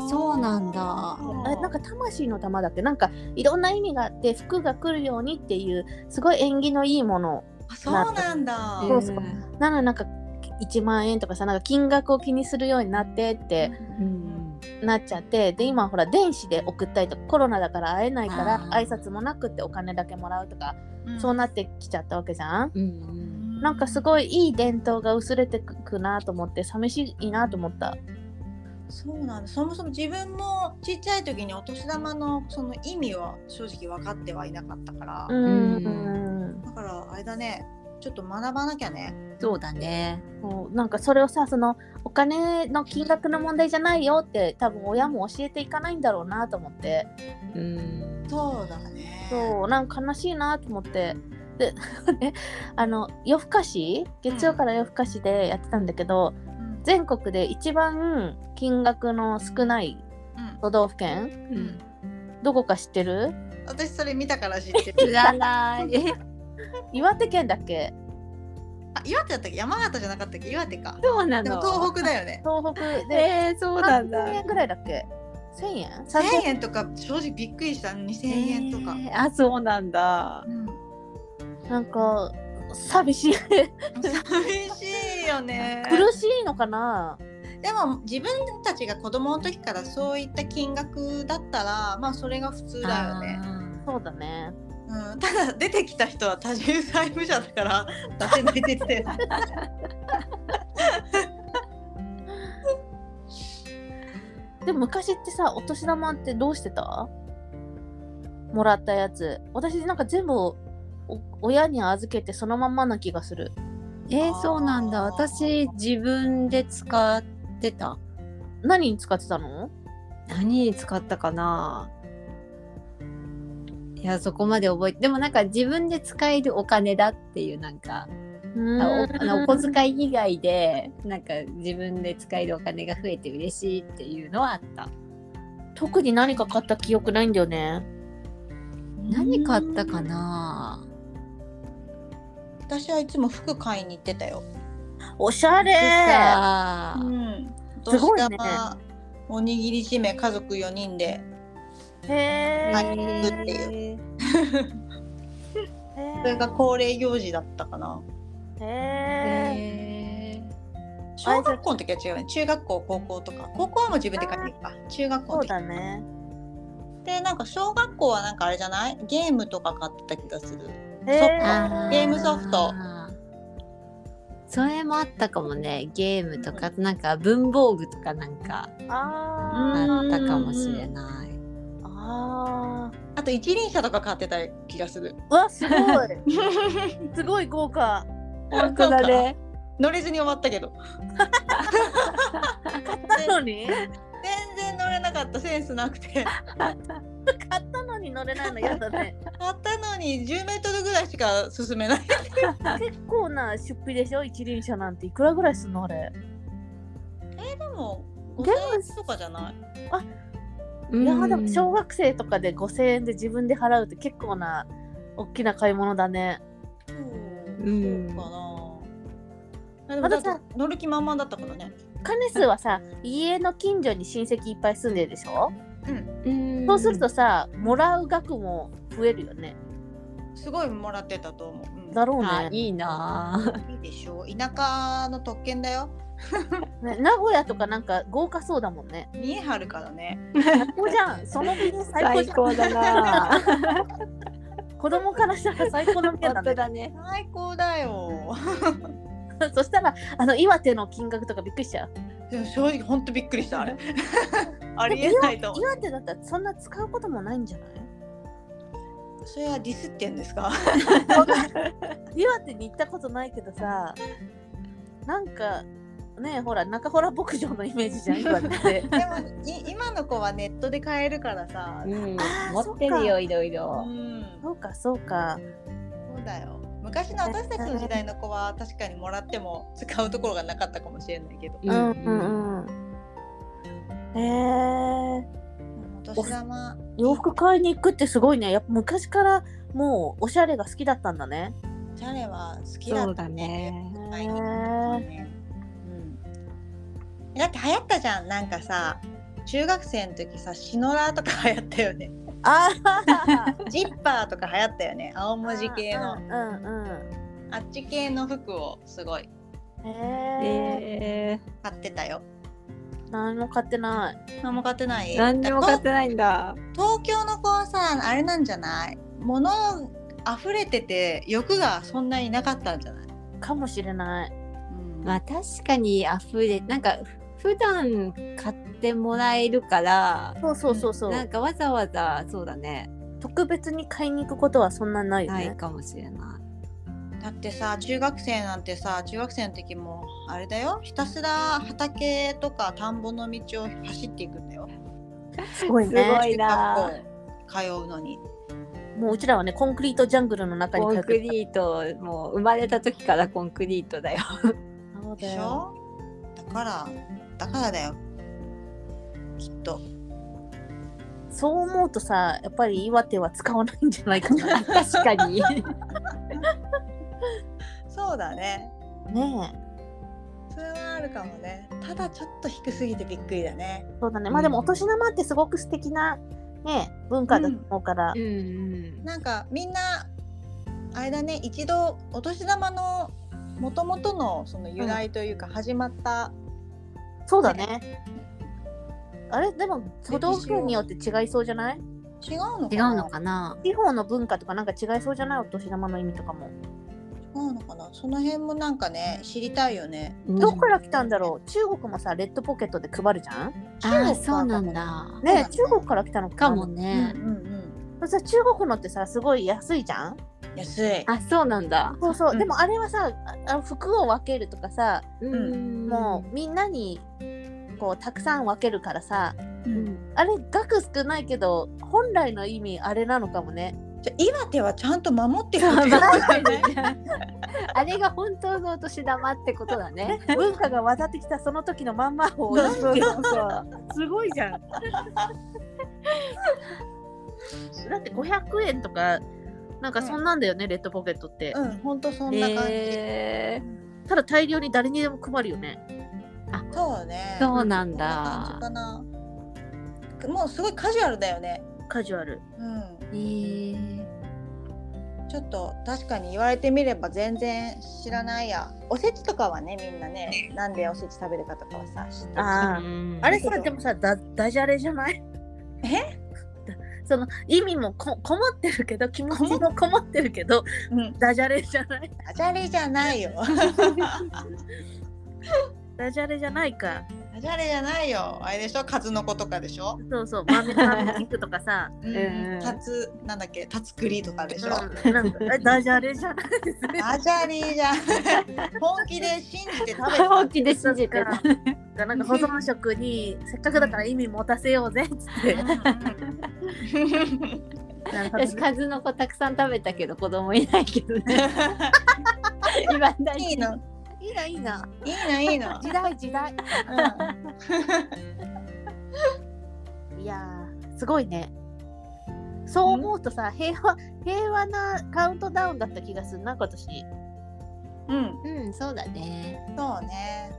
[SPEAKER 1] そうなんだ。
[SPEAKER 3] なんか魂の玉だっけ、なんかいろんな意味があって、福が来るようにっていうすごい縁起のいいもの。
[SPEAKER 2] そうなんだ。
[SPEAKER 3] なのでなんか1万円とかさ、なんか金額を気にするようになってって、なっちゃって、で今ほら電子で送ったりとか、コロナだから会えないから挨拶もなくってお金だけもらうとか、そうなってきちゃったわけじゃん。なんかすごいいい伝統が薄れてくなと思って、寂しいなと思った。
[SPEAKER 2] そうなんだ。そもそも自分もちっちゃい時にお年玉のその意味は正直分かってはいなかったから、だからあれだね、ちょっと学ばなきゃね。
[SPEAKER 1] そうだね。
[SPEAKER 3] なんかそれをさ、そのお金の金額の問題じゃないよって多分親も教えていかないんだろうなと思って。
[SPEAKER 2] そうだね。
[SPEAKER 3] そうなんか悲しいなと思って。で夜更かし、月曜から夜更かしでやってたんだけど、全国で一番金額の少ない都道府県、どこか知ってる？
[SPEAKER 2] 私それ見たから知ってる。
[SPEAKER 1] 知らない。
[SPEAKER 3] 岩手県だっけ？
[SPEAKER 2] 岩手だったっけ？山形じゃなかったっけ？岩手か。
[SPEAKER 1] そうなの。
[SPEAKER 2] でも東北だよね。
[SPEAKER 3] 東北で、
[SPEAKER 1] そうなんだ。
[SPEAKER 3] 3000円ぐらいだっけ？1000円
[SPEAKER 2] ？1000円とか正直びっくりした。2000円とか。
[SPEAKER 1] そうなんだ。
[SPEAKER 3] なんか寂しい。寂
[SPEAKER 2] しいよね。
[SPEAKER 3] 苦しいのかな。
[SPEAKER 2] でも自分たちが子供の時からそういった金額だったら、まあそれが普通だよね。
[SPEAKER 3] そうだね。
[SPEAKER 2] ただ出てきた人は多重債務者だから出せないって言って
[SPEAKER 3] でも昔ってさ、お年玉ってどうしてた？もらったやつ。私なんか全部親に預けてそのまんまな気がする。
[SPEAKER 1] そうなんだ。私自分で使ってた。
[SPEAKER 3] 何に使ってたの？
[SPEAKER 1] 何に使ったかな。いや、そこまで覚えて。でもなんか自分で使えるお金だっていう、なんかお小遣い以外でなんか自分で使えるお金が増えて嬉しいっていうのはあった。
[SPEAKER 3] 特に何か買った記憶ないんだよね。
[SPEAKER 1] 何買ったかな。
[SPEAKER 2] 私はいつも服買いに行ってたよ。
[SPEAKER 3] おしゃれ
[SPEAKER 2] ー。すごいね。おにぎり締め家族4人で買いに行くっていう。それが恒例行事だったかな。小学校の時は違うね。中学校高校とか。高校はもう自分で買いに行くか。中学校の時。
[SPEAKER 3] そうだね。
[SPEAKER 2] でなんか小学校はなんかあれじゃない？ゲームとか買ってた気がする。 ゲームソフト。
[SPEAKER 1] それもあったかもね。ゲームとか、なんか文房具とかなんかあったかもしれない。
[SPEAKER 2] あと一輪車とか買ってた気がする。
[SPEAKER 3] うわ、すごいすごい豪華。
[SPEAKER 1] 本当だね。
[SPEAKER 2] 乗れずに終わったけど
[SPEAKER 3] 買ったのに
[SPEAKER 2] 全然乗れなかった。センスなくて
[SPEAKER 3] 買ったのに乗れないの嫌だね。
[SPEAKER 2] 買ったのに10メートルぐらいしか進めない
[SPEAKER 3] 結構な出費でしょ。一輪車なんていくらぐらいすんのあれ。
[SPEAKER 2] でも5000円とかじゃない？
[SPEAKER 3] いやでも小学生とかで5000円で自分で払うって結構な大きな買い物だね。
[SPEAKER 2] そうかな。でもだって乗る気満々だったからね。
[SPEAKER 3] カネスはさ、家の近所に親戚いっぱい住んでるでしょ。そうするとさ、もらう額も増えるよね。
[SPEAKER 2] すごいもらってたと思う。
[SPEAKER 3] だろうね。
[SPEAKER 1] いいな。
[SPEAKER 2] いいでしょ。田舎の特権だよ
[SPEAKER 3] ね、名古屋とかなんか豪華そうだもんね。
[SPEAKER 2] 見え張るからね。
[SPEAKER 3] 最高じゃん。その便最
[SPEAKER 1] 高だな
[SPEAKER 3] 子供からしたら最高の便だね。
[SPEAKER 2] 最高だよ
[SPEAKER 3] そしたら岩手の金額とかびっくりしちゃう。
[SPEAKER 2] でも正直ほんとびっくりしたあれありえないと思う。
[SPEAKER 3] 岩手だったらそんな使うこともないんじゃない？
[SPEAKER 2] それはディスってんですか
[SPEAKER 3] 岩手に行ったことないけどさ、なんかね、ほら中洞牧場のイメージじゃん岩手って
[SPEAKER 2] でも今の子はネットで買えるからさ、
[SPEAKER 1] 持ってるよいろいろ。
[SPEAKER 3] そうかそうか。
[SPEAKER 2] そうだよ。昔の私たちの時代の子は確かにもらっても使うところがなかったかもしれないけど。お年玉
[SPEAKER 3] 洋服買いに行くってすごいね。やっぱ昔からもうおしゃれが好きだったんだね。
[SPEAKER 2] おしゃれは好きだったね。だって流行ったじゃん。なんかさ、中学生の時さ、シノラーとか流行ったよね。ジッパーとか流行ったよね。青文字系のあっち系の服をすごい買ってたよ。
[SPEAKER 3] 何も買ってない。
[SPEAKER 2] 何も買ってない。
[SPEAKER 1] 何にも買ってないんだ。
[SPEAKER 2] 東京の子はさ、あれなんじゃない？物溢れてて欲がそんなになかったんじゃない？
[SPEAKER 3] かもしれない。
[SPEAKER 1] まあ確かに溢れ、なんか普段買ってもらえるから、
[SPEAKER 3] そう
[SPEAKER 1] なんかわざわざそうだね。
[SPEAKER 3] 特別に買いに行くことはそんなないよね。
[SPEAKER 1] ないかもしれない。
[SPEAKER 2] だってさ、中学生なんてさ、中学生の時もあれだよ、ひたすら畑とか田んぼの道を走っていくんだよ。
[SPEAKER 3] すごいね。
[SPEAKER 1] すごいな。
[SPEAKER 2] 通うのに。
[SPEAKER 3] もううちらはね、コンクリートジャングルの中に
[SPEAKER 1] コンクリート、もう生まれた時からコンクリートだよ。
[SPEAKER 3] そう
[SPEAKER 2] でしょ？だからだよ。きっと。
[SPEAKER 3] そう思うとさ、やっぱり岩手は使わないんじゃないかな。
[SPEAKER 1] 確かに。
[SPEAKER 2] そうだね。
[SPEAKER 3] ね
[SPEAKER 2] え。それはあるかもね。ただちょっと低すぎてびっくりだね。
[SPEAKER 3] そうだね。まあでもお年玉ってすごく素敵なね文化だと思うから。
[SPEAKER 2] なんかみんなあれだね。一度お年玉の元々のその由来というか始まった。
[SPEAKER 3] そうだね。あれでも都道府県によって違いそうじゃない？
[SPEAKER 2] 違う
[SPEAKER 1] のかな。
[SPEAKER 3] 地方の文化とかなんか違いそうじゃない？お年玉の意味とかも。
[SPEAKER 2] 違うのかな。その辺もなんかね知りたいよね。
[SPEAKER 3] どこから来たんだろう。中国もさレッドポケットで配るじゃん。
[SPEAKER 1] ああそうなんだ。
[SPEAKER 3] ね中国から来たの
[SPEAKER 1] かもね。
[SPEAKER 3] 中国のってさすごい安いじゃん。
[SPEAKER 2] 安い。
[SPEAKER 1] あそうなんだ。
[SPEAKER 3] そうでもあれはさ服を分けるとかさ、もうみんなにこうたくさん分けるからさ、あれ額少ないけど本来の意味あれなのかもね。
[SPEAKER 2] じゃ岩手はちゃんと守ってる
[SPEAKER 1] あれが本当のお年玉ってことだね。
[SPEAKER 3] 文化が渡ってきたその時のまんまをすごいじゃん。だって500円とかなんかそんなんだよね、レッドポケットって。
[SPEAKER 2] 本当そんな感じ。
[SPEAKER 3] ただ大量に誰にでも配るよね。
[SPEAKER 2] あ、そうね。
[SPEAKER 1] そうなんだ。
[SPEAKER 2] かな。もうすごいカジュアルだよね。
[SPEAKER 3] カジュアル。
[SPEAKER 2] ちょっと確かに言われてみれば全然知らないや。おせちとかはね、みんなね、なんでおせち食べるかとかはさ、知ってる。
[SPEAKER 3] あれさ、でもさ、ダジャレじゃない？ その意味もこもってるけど、気持ちもこもってるけど、ダジャレじゃない。
[SPEAKER 2] ダジャレじゃないよ。
[SPEAKER 3] ダジャレじゃないか。
[SPEAKER 2] ダジャレじゃないよ。あれでしょ、数の子とかでしょ。
[SPEAKER 3] そうそう、豆肉とかさ、
[SPEAKER 2] なんだっけ、たつくりとかでしょ。
[SPEAKER 3] なんかダジャレじゃないですね。
[SPEAKER 2] ダジャレじゃん。本気で信じて食べた。
[SPEAKER 1] 本気で信じて
[SPEAKER 3] た。なんか保存食にせっかくだから意味持たせようぜっつって。
[SPEAKER 1] 私数の子たくさん食べたけど子供いないけどね。
[SPEAKER 2] いいの。
[SPEAKER 3] いいな。時代。いやー、すごいね。そう思うとさ、平和なカウントダウンだった気がするな、今年。
[SPEAKER 1] そうだね。
[SPEAKER 2] そうね。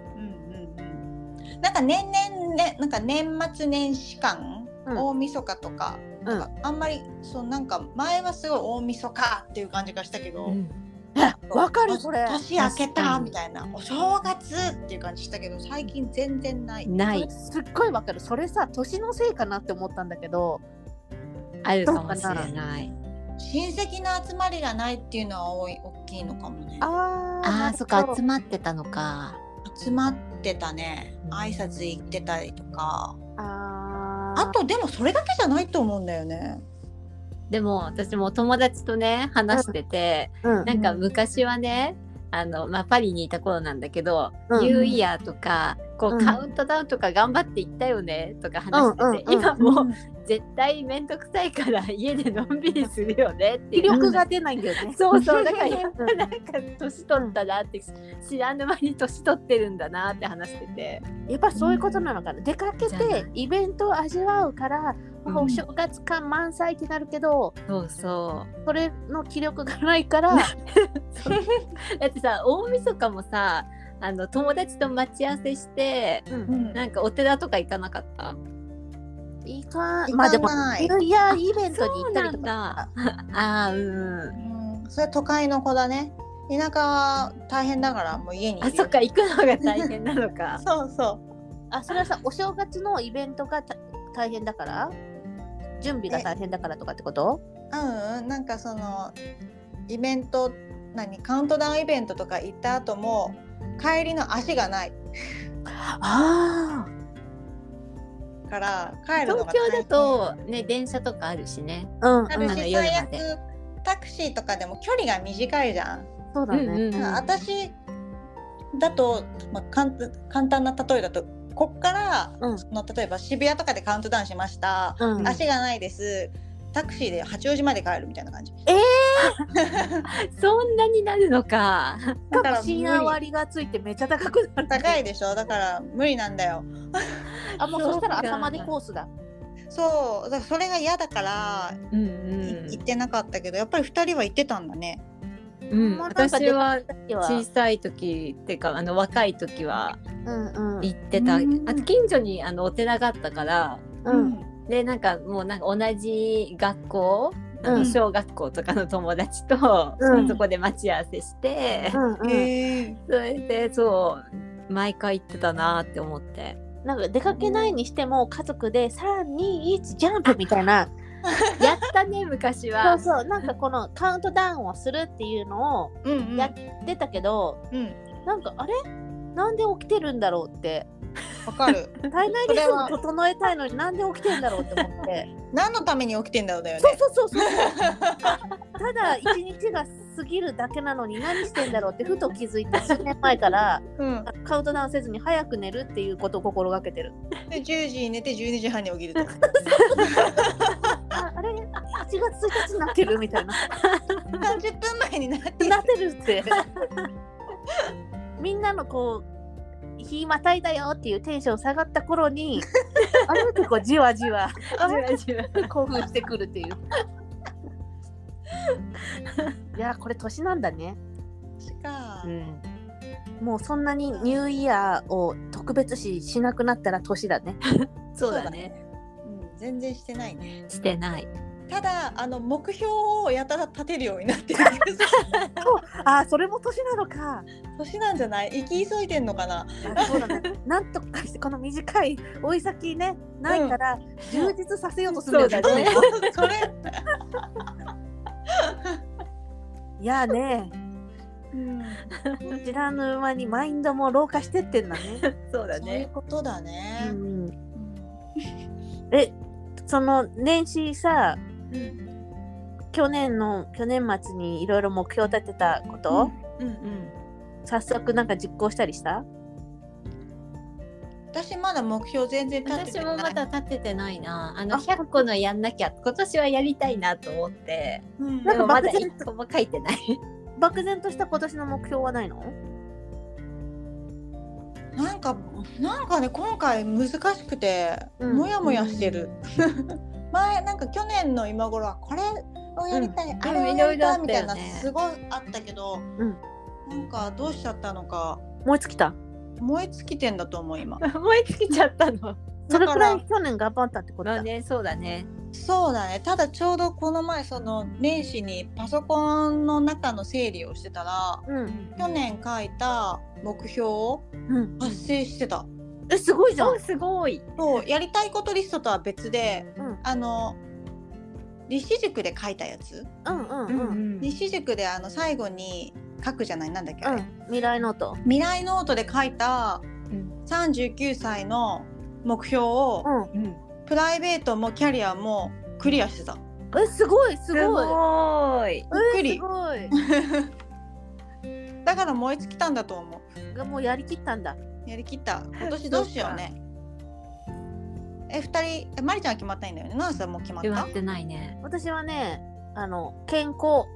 [SPEAKER 2] なんか年々ね、なんか年末年始間、大晦日とか、なんかあんまりなんか前はすごい大晦日っていう感じがしたけど。
[SPEAKER 3] わかる、それ。
[SPEAKER 2] 年明けたみたいな、お正月っていう感じしたけど、最近全然ない。
[SPEAKER 3] すっごいわかる。それさ、年のせいかなって思ったんだけど、
[SPEAKER 1] あるかもしれない。
[SPEAKER 2] 親戚の集まりがないっていうのは大きいのかもね。
[SPEAKER 1] そっか、集まってたのか。
[SPEAKER 2] 集まってたね。挨拶行ってたりとか。あとでもそれだけじゃないと思うんだよね。
[SPEAKER 1] でも私も友達とね話してて、なんか昔はねパリにいた頃なんだけど、ニューイヤーとかこうカウントダウンとか頑張っていったよねとか話してて、今もう絶対めんどくさいから家でのんびりするよねっていう。
[SPEAKER 3] 気力が出ないんだよね。
[SPEAKER 1] そうだからやっぱなんか年取ったなって知らぬ間に年取ってるんだなって話してて、
[SPEAKER 3] やっぱそういうことなのかな。出かけてイベントを味わうからお正月感満載ってなるけど、
[SPEAKER 1] そ
[SPEAKER 3] れの気力がないから
[SPEAKER 1] だってさ、大晦日もさ友達と待ち合わせして、なんかお寺とか行かなかった？
[SPEAKER 3] まあでもニューイヤーイベントに行ったりとか。
[SPEAKER 2] それ都会の子だね。田舎は大変だからもう家にいる。
[SPEAKER 1] そっか、行くのが大変なのか。
[SPEAKER 2] そう。
[SPEAKER 3] それはさ、お正月のイベントが大変だから、準備が大変だからとかってこと？
[SPEAKER 2] なんかイベント、カウントダウンイベントとか行った後も帰りの足がない。から帰るのが
[SPEAKER 1] 東京だとね、電車とかあるしね。
[SPEAKER 2] あるし、最悪タクシーとかでも距離が短いじゃん。
[SPEAKER 3] そうだね。
[SPEAKER 2] 私だと、簡単な例えだと、こっから、例えば渋谷とかでカウントダウンしました、足がないです、タクシーで八王子まで帰るみたいな感じ。
[SPEAKER 1] そんなになるのか。
[SPEAKER 3] だから深夜割がついてめっちゃ高くなる。
[SPEAKER 2] 高いでしょ。だから無理なんだよ。
[SPEAKER 3] もうそしたら朝までコースだ。
[SPEAKER 2] そうだからそれが嫌だから行ってなかったけど、やっぱり2人は行ってたんだね。
[SPEAKER 1] 私は小さい時っていうか若い時は行ってた。あと近所にお寺があったから、でなんかもうなんか同じ学校、小学校とかの友達と、そこで待ち合わせして、それで毎回行ってたなって思って。
[SPEAKER 3] なんか出かけないにしても家族で3、2、1ジャンプみたいな
[SPEAKER 1] やったね昔は。
[SPEAKER 3] そうなんかこのカウントダウンをするっていうのをやってたけど、なんかあれなんで起きてるんだろうって。
[SPEAKER 2] わかる。
[SPEAKER 3] 体内リズム整えたいのになんで起きてんだろうって思って。
[SPEAKER 2] 何のために起きてんだろうだよね。
[SPEAKER 3] そう。ただ一日が過ぎるだけなのに何してんだろうってふと気づいて、数年前から、カウントダウンせずに早く寝るっていうことを心がけてる。
[SPEAKER 2] で10時に寝て12時半に起きると。
[SPEAKER 3] あれ1月1日になってるみたいな。
[SPEAKER 2] 30分前になって
[SPEAKER 3] るって。みんなのこう日またいだよっていうテンション下がった頃にあれ結構じわじわ興奮してくるっていう。いやこれ年なんだね。もうそんなにニューイヤーを特別視しなくなったら年だね。
[SPEAKER 1] そうだね。
[SPEAKER 2] 全然してないね。
[SPEAKER 1] してない。
[SPEAKER 2] ただ目標をやたら立てるようになってる
[SPEAKER 3] それも年なのか。
[SPEAKER 2] 年なんじゃない？生き急いでんのかな。
[SPEAKER 3] そうだね。なんとかしてこの短い追い先ねないから充実させようとするんだよね。
[SPEAKER 2] それ
[SPEAKER 3] いやね、こちらの馬にマインドも老化してってんだね。
[SPEAKER 1] そうだね。
[SPEAKER 2] そういうことだね。
[SPEAKER 3] その年始さ、去年末にいろいろ目標立てたこと、早速なんか実行したりした？
[SPEAKER 2] 私まだ目標全然立ててない。
[SPEAKER 1] 私もまだ立ててないな。100個のやんなきゃ今年はやりたいなと思って、でもまだ1個も書いてない。
[SPEAKER 3] 漠然とした今年の目標はないの？
[SPEAKER 2] なんかね今回難しくてモヤモヤしてる。前なんか去年の今頃はこれをやりたい、あれをやりたいみたいなすごいあったけど、なんかどうしちゃったのか。
[SPEAKER 3] 燃え尽きた？
[SPEAKER 2] 燃え尽きてんだと思う今。
[SPEAKER 1] 燃え尽きちゃったの。
[SPEAKER 3] それくらい去年頑張ったってことだ
[SPEAKER 1] ね。そうだね。
[SPEAKER 2] そうだね。ただちょうどこの前その年始にパソコンの中の整理をしてたら、去年書いた目標を達成してた。
[SPEAKER 3] すごいじゃん。
[SPEAKER 1] すごい。
[SPEAKER 2] そうやりたいことリストとは別で、立志塾で書いたやつ。立志塾で最後に書くじゃない、なんだっけあれ、
[SPEAKER 3] 未来ノート。
[SPEAKER 2] 未来ノートで書いた39歳の目標を、プライベートもキャリアもクリアしてた。
[SPEAKER 3] すごい。
[SPEAKER 1] すごい。
[SPEAKER 2] びっくり。
[SPEAKER 3] すごい。
[SPEAKER 2] だから燃え尽きたんだと思う。
[SPEAKER 3] もうやりきったんだ。
[SPEAKER 2] やりきった。今年どうしようね。2人、マリちゃんは決まったんだよね。ナースはもう決まった？
[SPEAKER 1] 決まってないね。
[SPEAKER 3] 私はね、健康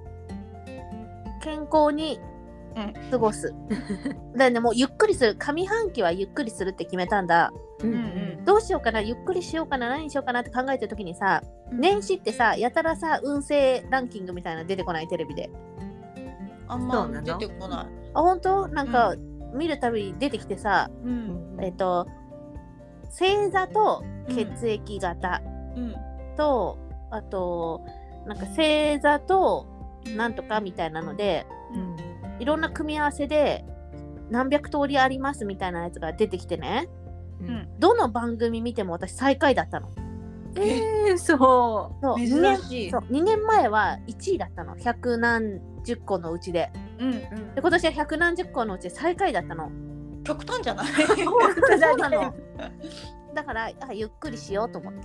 [SPEAKER 3] に過ごす。だね、もうゆっくりする。上半期はゆっくりするって決めたんだ。どうしようかな、ゆっくりしようかな、何しようかなって考えてる時にさ、年始ってさ、やたらさ、運勢ランキングみたいなの出てこない？テレビで。
[SPEAKER 2] あんま出てこない。
[SPEAKER 3] 本当？なんか、見るたびに出てきてさ、星座と血液型と、あとなんか星座となんとかみたいなので、いろんな組み合わせで何百通りありますみたいなやつが出てきてね、どの番組見ても私最下位だったの。
[SPEAKER 2] そう珍しい。
[SPEAKER 3] 2年前は1位だったの、100何十個のうちで、で今年は100何十個のうちで最下位だったの。
[SPEAKER 2] 極端じゃない？
[SPEAKER 3] そうなの。だからゆっくりしようと思って。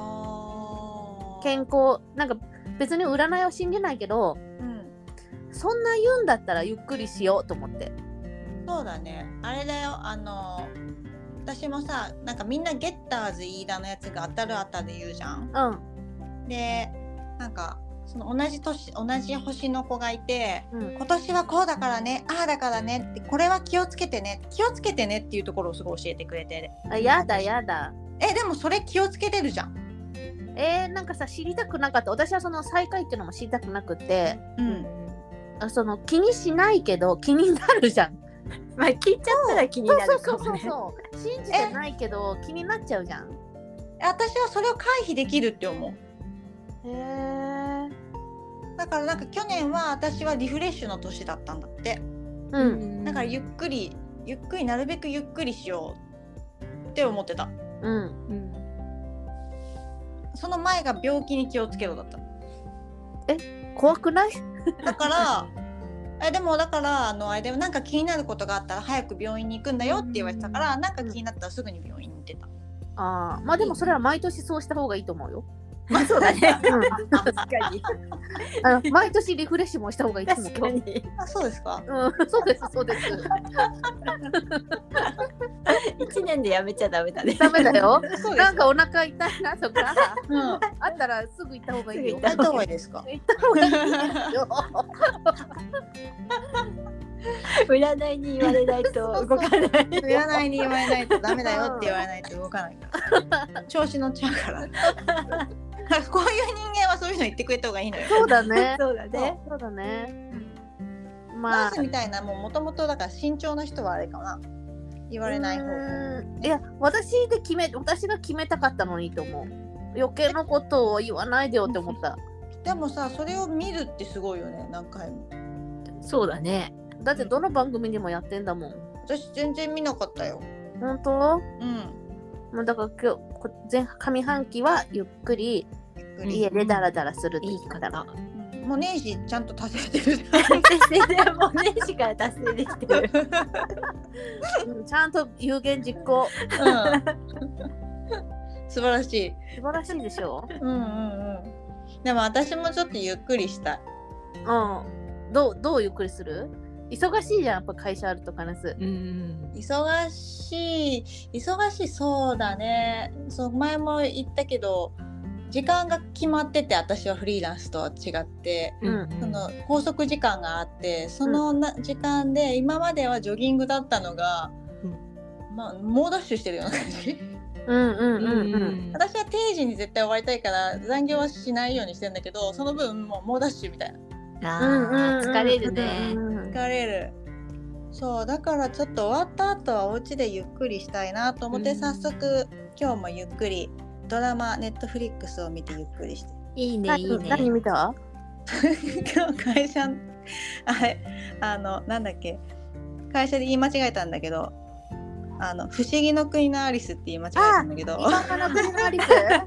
[SPEAKER 3] 健康なんか別に占いを信じないけど、そんな言うんだったらゆっくりしようと思って。
[SPEAKER 2] そうだね。あれだよ、私もさ、なんかみんなゲッターズ飯田のやつが当たる当たる言うじゃん。でなんかその同じ星の子がいて、今年はこうだからね、ああだからねって、これは気をつけてねっていうところをすごい教えてくれて。
[SPEAKER 3] やだ。
[SPEAKER 2] でもそれ気をつけてるじゃん。
[SPEAKER 3] なんかさ、知りたくなかった。私はその最下位っていうのも知りたくなくて、その気にしないけど気になるじゃん。
[SPEAKER 1] まあ聞いちゃったら気になるかもね。
[SPEAKER 3] そう信じてないけど気になっちゃうじゃん。
[SPEAKER 2] 私はそれを回避できるって思う。だからなんか去年は私はリフレッシュの年だったんだって。だからゆっくりなるべくゆっくりしようって思ってた。その前が病気に気をつけろだった。
[SPEAKER 3] 怖くない？
[SPEAKER 2] だからでもだからあれでもなんか気になることがあったら早く病院に行くんだよって言われてたから、なんか気になったらすぐに病院に行ってた。
[SPEAKER 3] まあでもそれは毎年そうした方がいいと思うよ。
[SPEAKER 1] まあそうだね。確か
[SPEAKER 3] に。毎年リフレッシュもした方がいいと思う。
[SPEAKER 2] 確かに。そうですか。
[SPEAKER 3] そうです。
[SPEAKER 1] 1年でやめちゃダメだね。
[SPEAKER 3] ダメだよ。なんかお腹痛いなとか、あったらすぐ行った方がいいよ。
[SPEAKER 2] 行った方がいいですか。
[SPEAKER 3] 行った方がいいよ。
[SPEAKER 2] 占いに言われないと動かない。占いに言われないとダメだよって言われないと動かないから。調子乗っちゃうから。こういう人間はそういうの言ってくれた方がいいのよ。
[SPEAKER 3] そうだね。
[SPEAKER 2] ナースみたいなもともとだから慎重な人はあれかな。言われない方が。
[SPEAKER 3] いや私が決めたかったのにと思う。 余計なことを言わないでよって思った。
[SPEAKER 2] でもさ、それを見るってすごいよね、何回も。
[SPEAKER 1] そうだね。
[SPEAKER 3] だってどの番組にもやってんだもん。
[SPEAKER 2] 私全然見なかったよ。
[SPEAKER 3] 本当？
[SPEAKER 2] うん。
[SPEAKER 3] もうだから今日上半期はゆっくり家でダラダラするって言ったら、
[SPEAKER 2] もう年始ちゃんと達成してる。
[SPEAKER 1] もう年始から達成できてる。
[SPEAKER 3] ちゃんと有言実行。
[SPEAKER 2] 素晴らしい。
[SPEAKER 3] 素晴らしいでしょ。
[SPEAKER 2] でも私もちょっとゆっくりしたい。
[SPEAKER 3] どうゆっくりする？忙しいじゃん、やっぱ会社あるとかなす。
[SPEAKER 2] 忙しいそうだね。そう前も言ったけど、時間が決まってて、私はフリーランスとは違って、その拘束時間があって、その時間で今まではジョギングだったのが、まあ猛ダッシュしてるような感じ。私は定時に絶対終わりたいから残業はしないようにしてるんだけど、その分もう猛ダッシュみたいな。
[SPEAKER 1] 疲れるね。
[SPEAKER 2] 疲れる。そうだからちょっと終わった後はお家でゆっくりしたいなと思って、早速今日もゆっくりドラマネットフリックスを見てゆっくりして。
[SPEAKER 1] いいねいいね。
[SPEAKER 3] 何見た？
[SPEAKER 2] 今日会社なんだっけ、会社で言い間違えたんだけど、不思議の国のアリスって言い間違えたんだけど。
[SPEAKER 3] 不思議の国のアリス。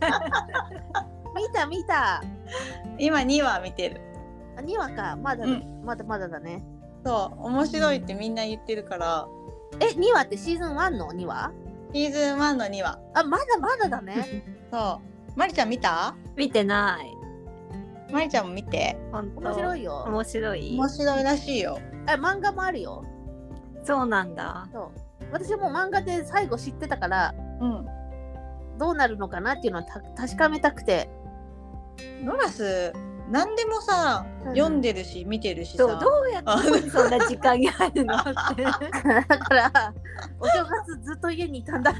[SPEAKER 3] 見た。
[SPEAKER 2] 今2話見てる。
[SPEAKER 3] 2話か、まだだね。
[SPEAKER 2] そう面白いってみんな言ってるから。
[SPEAKER 3] 2話ってシーズン1の2話？
[SPEAKER 2] シーズン1の2話。
[SPEAKER 3] まだだね。
[SPEAKER 2] そう。まりちゃん見た？
[SPEAKER 1] 見てない。
[SPEAKER 2] まりちゃんも見て。
[SPEAKER 3] 面白いよ。
[SPEAKER 2] 面白いらしいよ。
[SPEAKER 3] 漫画もあるよ。
[SPEAKER 1] そうなんだ。
[SPEAKER 3] そう。私も漫画で最後知ってたから、どうなるのかなっていうのは確かめたくて。
[SPEAKER 2] ノラス何でもさ、読んでるし見てるしさ、
[SPEAKER 1] どうやってそんな時間があるのって。
[SPEAKER 3] だからお正月ずっと家にいたんだって。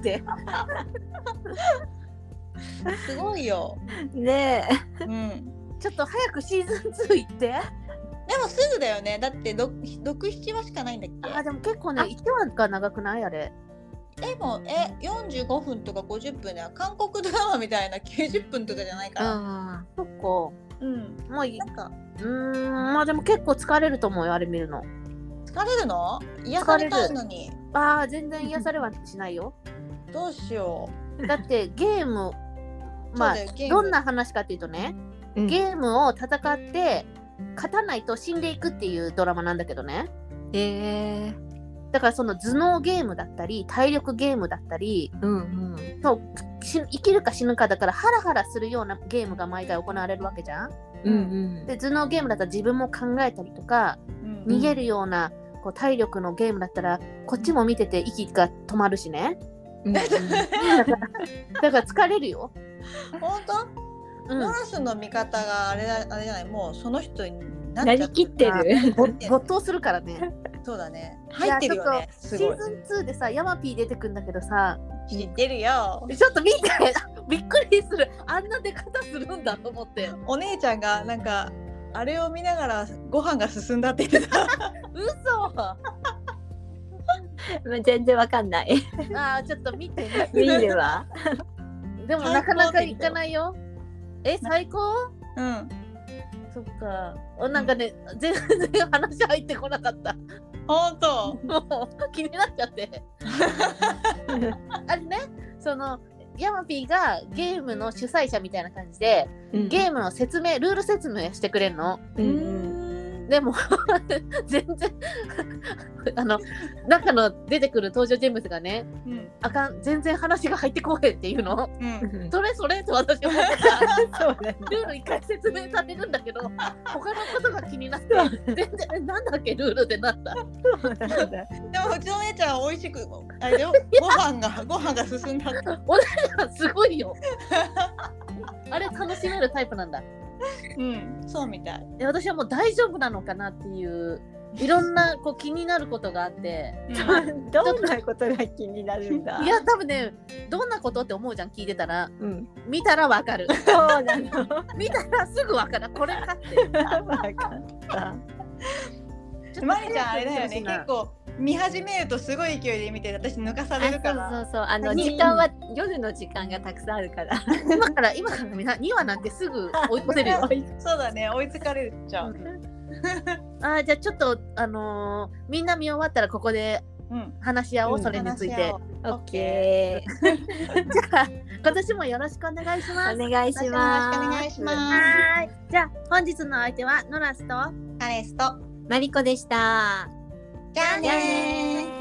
[SPEAKER 2] すごいよ
[SPEAKER 1] ね
[SPEAKER 2] え。
[SPEAKER 3] ちょっと早くシーズン2行って。
[SPEAKER 2] でもすぐだよね。だって6-7話しかないんだっけ？
[SPEAKER 3] でも結構ね、1話が長くないあれ。
[SPEAKER 2] でも45分とか50分では韓国ドラマみたいな90分とかじゃないから。
[SPEAKER 3] そっか。もう
[SPEAKER 2] なんか
[SPEAKER 3] まあでも結構疲れると思うよ、あれ見るの。
[SPEAKER 2] 疲れるの？癒されたいのに。
[SPEAKER 3] 全然癒されはしないよ。
[SPEAKER 2] どうしよ
[SPEAKER 3] う。だってゲームどんな話かっていうとね、ゲームを戦って勝たないと死んでいくっていうドラマなんだけどね。だからその頭脳ゲームだったり体力ゲームだったり、生きるか死ぬかだからハラハラするようなゲームが毎回行われるわけじゃん。で頭脳ゲームだったら自分も考えたりとか、逃げるようなこう体力のゲームだったらこっちも見てて息が止まるしね。だから疲れるよ。
[SPEAKER 2] 本当？ノラスの見方があれじゃない、もうその人に
[SPEAKER 1] なりきってる。
[SPEAKER 3] 没頭するからね。
[SPEAKER 2] そうだね。入ってるよね。
[SPEAKER 3] シーズン2でさ、ヤマピー出てくんだけどさ、
[SPEAKER 2] 知ってるよ。
[SPEAKER 3] ちょっと見て、びっくりする。あんな出方するんだと思って。
[SPEAKER 2] お姉ちゃんがなんかあれを見ながらご飯が進んだって言ってた。
[SPEAKER 3] 嘘。
[SPEAKER 1] 全然わかんない。
[SPEAKER 3] ちょっと見てね。
[SPEAKER 1] 見るわ。
[SPEAKER 3] でもなかなか行かないよ。最高？そっか。なんかね、全然話入ってこなかった。
[SPEAKER 2] 本当？
[SPEAKER 3] もう気になっちゃって。あれね、そのヤマピーがゲームの主催者みたいな感じで、ゲームの説明、ルール説明してくれるの。でも全然中の出てくる登場人物がね、全然話が入ってこへんっていうの、それって私思ってた。そうね、ルール一回説明されるんだけど他のことが気になって全然なんだっけルールってなった。
[SPEAKER 2] そうなんだ。でもうちの姉ちゃんは美味しくあれよ、ご飯が進んだって。
[SPEAKER 3] お姉ちゃんすごいよ。あれ楽しめるタイプなんだ。
[SPEAKER 2] そうみたい。
[SPEAKER 3] 私はもう大丈夫なのかなっていういろんなこう気になることがあって。
[SPEAKER 1] どんなことが気になるんだ。
[SPEAKER 3] いや多分ね、どんなことって思うじゃん、聞いてたら。見たらわかる。
[SPEAKER 1] そうなの。
[SPEAKER 3] 見たらすぐわかる。これかって。
[SPEAKER 2] わかった。マリちゃんあれだよね、結構見始めるとすごい勢いで見て私抜かされるから。
[SPEAKER 1] そう時間は夜の時間がたくさんあるから
[SPEAKER 3] 今からみんな2話なんてすぐ追い越せるよ
[SPEAKER 2] そうだね、追いつかれちゃう。
[SPEAKER 3] じゃあちょっとみんな見終わったらここで話し合おう、それについて。
[SPEAKER 1] オッケー。
[SPEAKER 3] じゃあ今年もよろしくお願いします。
[SPEAKER 1] お願いします。
[SPEAKER 2] よろしくお願いします。
[SPEAKER 3] はい。じゃあ本日の相手はノラスと
[SPEAKER 2] カレスと
[SPEAKER 1] マリコでした。
[SPEAKER 2] じゃあねー。